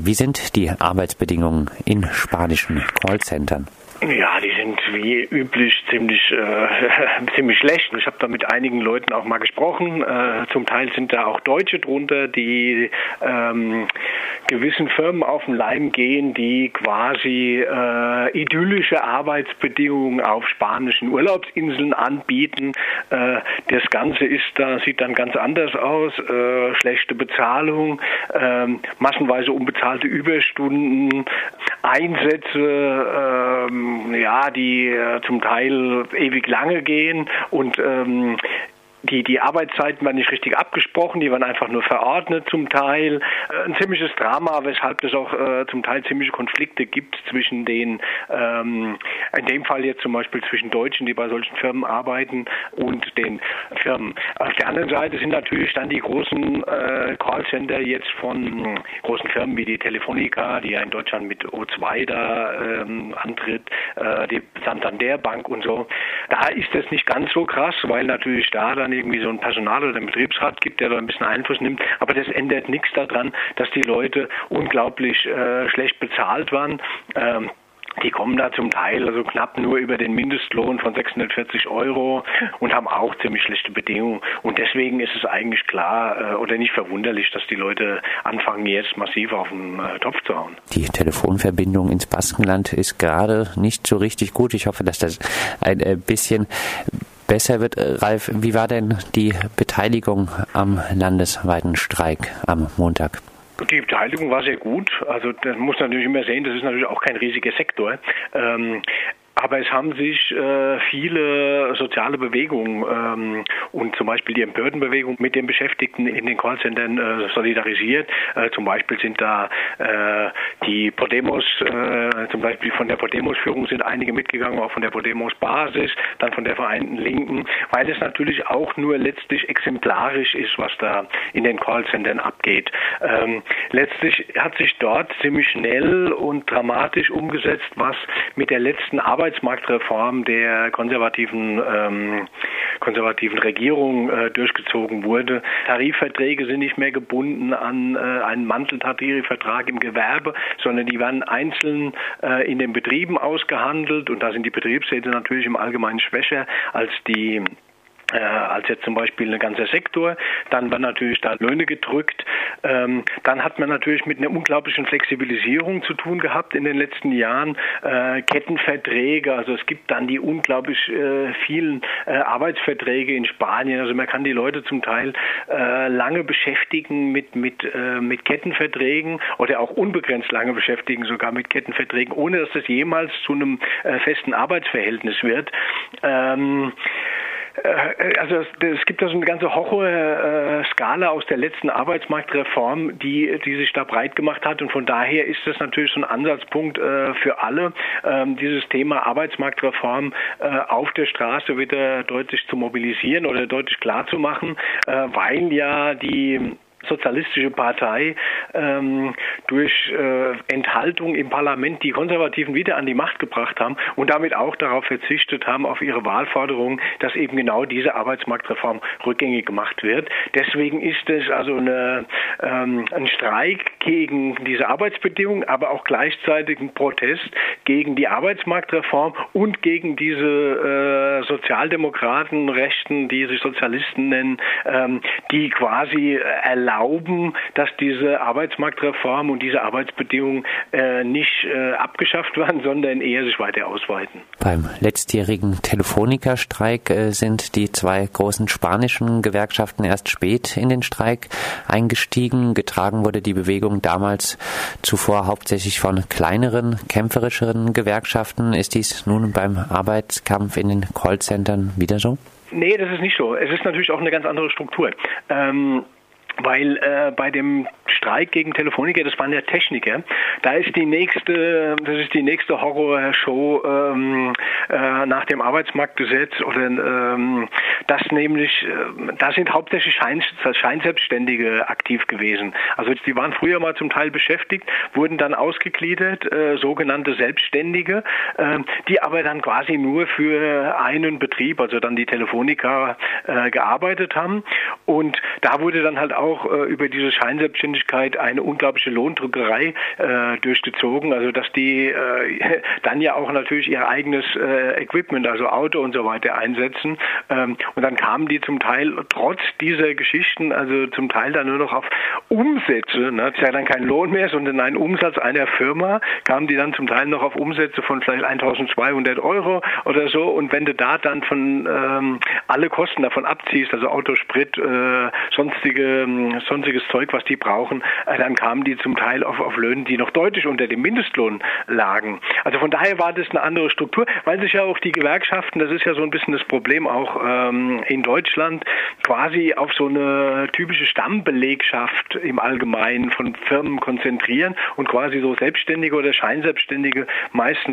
Wie sind die Arbeitsbedingungen in spanischen Callcentern? Ja, die sind wie üblich ziemlich schlecht. Ich habe da mit einigen Leuten auch mal gesprochen. Zum Teil sind da auch Deutsche drunter, die gewissen Firmen auf den Leim gehen, die quasi idyllische Arbeitsbedingungen auf spanischen Urlaubsinseln anbieten. Das Ganze sieht dann ganz anders aus. Schlechte Bezahlung, massenweise unbezahlte Überstunden, Einsätze, die zum Teil ewig lange gehen und die Arbeitszeiten waren nicht richtig abgesprochen, die waren einfach nur verordnet zum Teil. Ein ziemliches Drama, weshalb es auch zum Teil ziemliche Konflikte gibt zwischen den, in dem Fall jetzt zum Beispiel zwischen Deutschen, die bei solchen Firmen arbeiten, und den Firmen. Auf der anderen Seite sind natürlich dann die großen Callcenter jetzt von großen Firmen wie die Telefonica, die ja in Deutschland mit O2 da antritt, die Santander Bank und so. Da ist das nicht ganz so krass, weil natürlich da dann irgendwie so ein Personal- oder ein Betriebsrat gibt, der da ein bisschen Einfluss nimmt. Aber das ändert nichts daran, dass die Leute unglaublich schlecht bezahlt waren. Die kommen da zum Teil also knapp nur über den Mindestlohn von 640 € und haben auch ziemlich schlechte Bedingungen. Und deswegen ist es eigentlich klar oder nicht verwunderlich, dass die Leute anfangen, jetzt massiv auf den Topf zu hauen. Die Telefonverbindung ins Baskenland ist gerade nicht so richtig gut. Ich hoffe, dass das ein bisschen besser wird. Ralf, wie war denn die Beteiligung am landesweiten Streik am Montag? Die Beteiligung war sehr gut. Also das muss man natürlich immer sehen, das ist natürlich auch kein riesiger Sektor. Aber es haben sich viele soziale Bewegungen und zum Beispiel die Empörtenbewegung mit den Beschäftigten in den Callcentern solidarisiert. Zum Beispiel sind da die Podemos, zum Beispiel von der Podemos-Führung sind einige mitgegangen, auch von der Podemos-Basis, dann von der Vereinten Linken, weil es natürlich auch nur letztlich exemplarisch ist, was da in den Callcentern abgeht. Letztlich hat sich dort ziemlich schnell und dramatisch umgesetzt, was mit der letzten Arbeitsmarktreform der konservativen Regierung durchgezogen wurde. Tarifverträge sind nicht mehr gebunden an einen Manteltarifvertrag im Gewerbe, sondern die werden einzeln in den Betrieben ausgehandelt, und da sind die Betriebsräte natürlich im Allgemeinen schwächer als jetzt zum Beispiel ein ganzer Sektor. Dann werden natürlich da Löhne gedrückt. Dann hat man natürlich mit einer unglaublichen Flexibilisierung zu tun gehabt in den letzten Jahren. Kettenverträge, also es gibt dann die unglaublich vielen Arbeitsverträge in Spanien. Also man kann die Leute zum Teil lange beschäftigen mit Kettenverträgen oder auch unbegrenzt lange beschäftigen, sogar mit Kettenverträgen, ohne dass das jemals zu einem festen Arbeitsverhältnis wird. Also es gibt da so eine ganze Horrorskala aus der letzten Arbeitsmarktreform, die sich da breit gemacht hat, und von daher ist das natürlich so ein Ansatzpunkt für alle, dieses Thema Arbeitsmarktreform auf der Straße wieder deutlich zu mobilisieren oder deutlich klar zu machen, weil ja die Sozialistische Partei durch Enthaltung im Parlament die Konservativen wieder an die Macht gebracht haben und damit auch darauf verzichtet haben, auf ihre Wahlforderungen, dass eben genau diese Arbeitsmarktreform rückgängig gemacht wird. Deswegen ist es also ein Streik gegen diese Arbeitsbedingungen, aber auch gleichzeitig ein Protest gegen die Arbeitsmarktreform und gegen diese Sozialdemokraten, Rechten, die sich Sozialisten nennen, die quasi erlauben, dass diese Arbeitsmarktreform und diese Arbeitsbedingungen nicht abgeschafft werden, sondern eher sich weiter ausweiten. Beim letztjährigen Telefonica-Streik sind die zwei großen spanischen Gewerkschaften erst spät in den Streik eingestiegen. Getragen wurde die Bewegung damals zuvor hauptsächlich von kleineren, kämpferischeren Gewerkschaften. Ist dies nun beim Arbeitskampf in den Callcentern wieder so? Nee, das ist nicht so. Es ist natürlich auch eine ganz andere Struktur. Weil bei dem Streik gegen Telefonica, das waren ja Techniker, das ist die nächste Horrorshow nach dem Arbeitsmarktgesetz, oder da sind hauptsächlich Scheinselbstständige aktiv gewesen. Also die waren früher mal zum Teil beschäftigt, wurden dann ausgegliedert, sogenannte Selbstständige, die aber dann quasi nur für einen Betrieb, also dann die Telefonica, gearbeitet haben, und da wurde dann halt auch auch über diese Scheinselbstständigkeit eine unglaubliche Lohndrückerei durchgezogen, also dass die dann ja auch natürlich ihr eigenes Equipment, also Auto und so weiter einsetzen, und dann kamen die zum Teil trotz dieser Geschichten, also zum Teil dann nur noch auf Umsätze, ne? Das ist ja dann kein Lohn mehr, sondern ein Umsatz einer Firma, kamen die dann zum Teil noch auf Umsätze von vielleicht 1.200 € oder so, und wenn du da dann von alle Kosten davon abziehst, also Autosprit, sonstiges Zeug, was die brauchen, dann kamen die zum Teil auf Löhnen, die noch deutlich unter dem Mindestlohn lagen. Also von daher war das eine andere Struktur, weil sich ja auch die Gewerkschaften, das ist ja so ein bisschen das Problem auch in Deutschland, quasi auf so eine typische Stammbelegschaft im Allgemeinen von Firmen konzentrieren und quasi so Selbstständige oder Scheinselbstständige meistens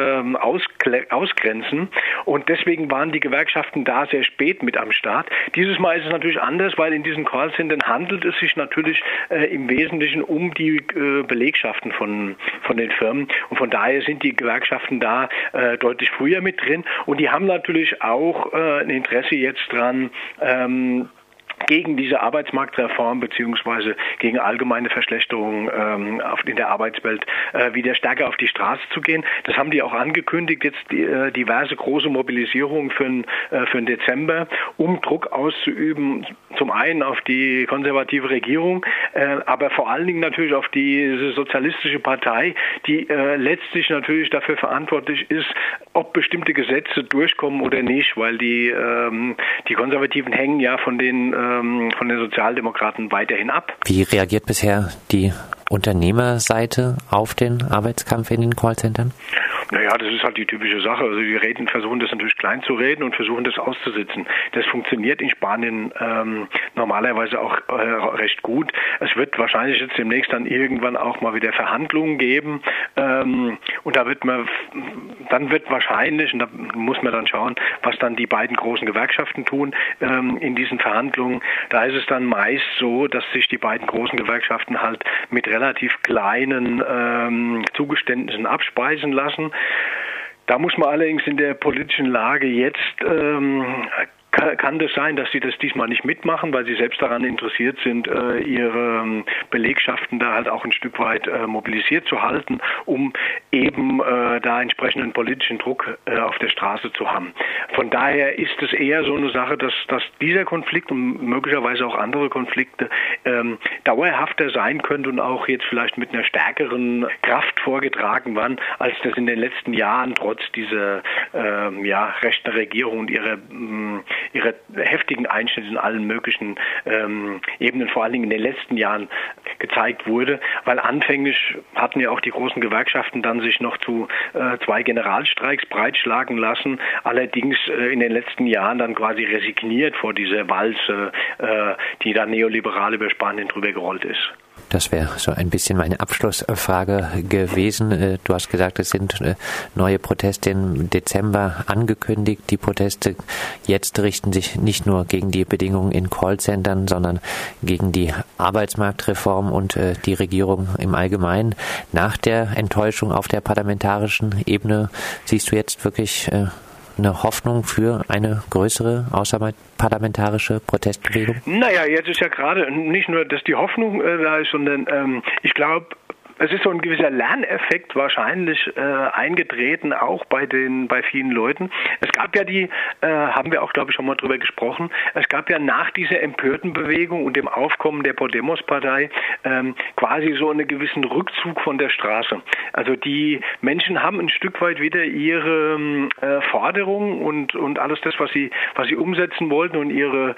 ausgrenzen. Und deswegen waren die Gewerkschaften da sehr spät mit am Start. Dieses Mal ist es natürlich anders, weil in diesen Callcentern handelt es sich natürlich im Wesentlichen um die Belegschaften von den Firmen. Und von daher sind die Gewerkschaften da deutlich früher mit drin. Und die haben natürlich auch ein Interesse jetzt dran, gegen diese Arbeitsmarktreform beziehungsweise gegen allgemeine Verschlechterungen in der Arbeitswelt wieder stärker auf die Straße zu gehen. Das haben die auch angekündigt, jetzt diverse große Mobilisierungen für den Dezember, um Druck auszuüben, zum einen auf die konservative Regierung, aber vor allen Dingen natürlich auf diese sozialistische Partei, die letztlich natürlich dafür verantwortlich ist, ob bestimmte Gesetze durchkommen oder nicht, weil die Konservativen hängen ja von den Sozialdemokraten weiterhin ab. Wie reagiert bisher die Unternehmerseite auf den Arbeitskampf in den Callcentern? Naja, das ist halt die typische Sache. Also die versuchen das natürlich klein zu reden und versuchen das auszusitzen. Das funktioniert in Spanien normalerweise auch recht gut. Es wird wahrscheinlich jetzt demnächst dann irgendwann auch mal wieder Verhandlungen geben. Und da wird wahrscheinlich, und da muss man dann schauen, was dann die beiden großen Gewerkschaften tun in diesen Verhandlungen. Da ist es dann meist so, dass sich die beiden großen Gewerkschaften halt mit relativ kleinen Zugeständnissen abspeisen lassen. Da muss man allerdings in der politischen Lage jetzt kann das sein, dass sie das diesmal nicht mitmachen, weil sie selbst daran interessiert sind, ihre Belegschaften da halt auch ein Stück weit mobilisiert zu halten, um eben da entsprechenden politischen Druck auf der Straße zu haben. Von daher ist es eher so eine Sache, dass dieser Konflikt und möglicherweise auch andere Konflikte dauerhafter sein könnte und auch jetzt vielleicht mit einer stärkeren Kraft vorgetragen werden, als das in den letzten Jahren trotz dieser rechten Regierung und ihre heftigen Einschnitte in allen möglichen Ebenen, vor allen Dingen in den letzten Jahren gezeigt wurde, weil anfänglich hatten ja auch die großen Gewerkschaften dann sich noch zu 2 Generalstreiks breitschlagen lassen, allerdings in den letzten Jahren dann quasi resigniert vor dieser Walze, die dann neoliberal über Spanien drüber gerollt ist. Das wäre so ein bisschen meine Abschlussfrage gewesen. Du hast gesagt, es sind neue Proteste im Dezember angekündigt. Die Proteste jetzt richten sich nicht nur gegen die Bedingungen in Callcentern, sondern gegen die Arbeitsmarktreform und die Regierung im Allgemeinen. Nach der Enttäuschung auf der parlamentarischen Ebene siehst du jetzt wirklich eine Hoffnung für eine größere außerparlamentarische Protestbewegung? Naja, jetzt ist ja gerade nicht nur, dass die Hoffnung da ist, sondern ich glaube, es ist so ein gewisser Lerneffekt wahrscheinlich eingetreten, auch bei vielen Leuten. Es gab ja haben wir auch, glaube ich, schon mal drüber gesprochen, es gab ja nach dieser empörten Bewegung und dem Aufkommen der Podemos-Partei quasi so einen gewissen Rückzug von der Straße. Also die Menschen haben ein Stück weit wieder ihre Forderungen und alles das, was sie umsetzen wollten und ihre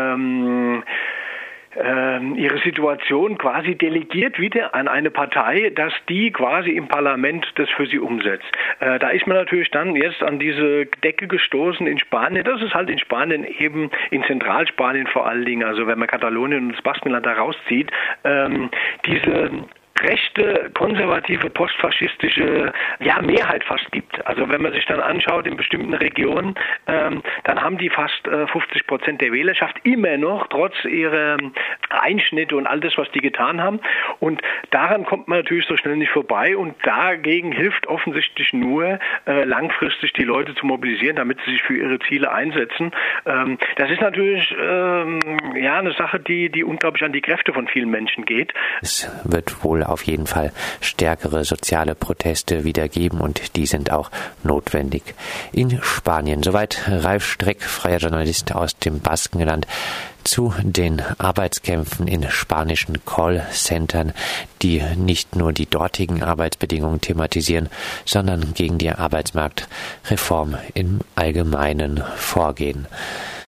Situation quasi delegiert wieder an eine Partei, dass die quasi im Parlament das für sie umsetzt. Da ist man natürlich dann jetzt an diese Decke gestoßen in Spanien. Das ist halt in Spanien eben, in Zentralspanien vor allen Dingen, also wenn man Katalonien und das Baskenland da rauszieht, diese rechte, konservative, postfaschistische Mehrheit fast gibt. Also wenn man sich dann anschaut in bestimmten Regionen, dann haben die fast 50% der Wählerschaft immer noch, trotz ihrer Einschnitte und all das, was die getan haben. Und daran kommt man natürlich so schnell nicht vorbei. Und dagegen hilft offensichtlich nur, langfristig die Leute zu mobilisieren, damit sie sich für ihre Ziele einsetzen. Das ist natürlich eine Sache, die unglaublich an die Kräfte von vielen Menschen geht. Es wird wohl auf jeden Fall stärkere soziale Proteste wieder geben und die sind auch notwendig. In Spanien, soweit Ralf Streck, freier Journalist aus dem Baskenland, zu den Arbeitskämpfen in spanischen Callcentern, die nicht nur die dortigen Arbeitsbedingungen thematisieren, sondern gegen die Arbeitsmarktreform im Allgemeinen vorgehen.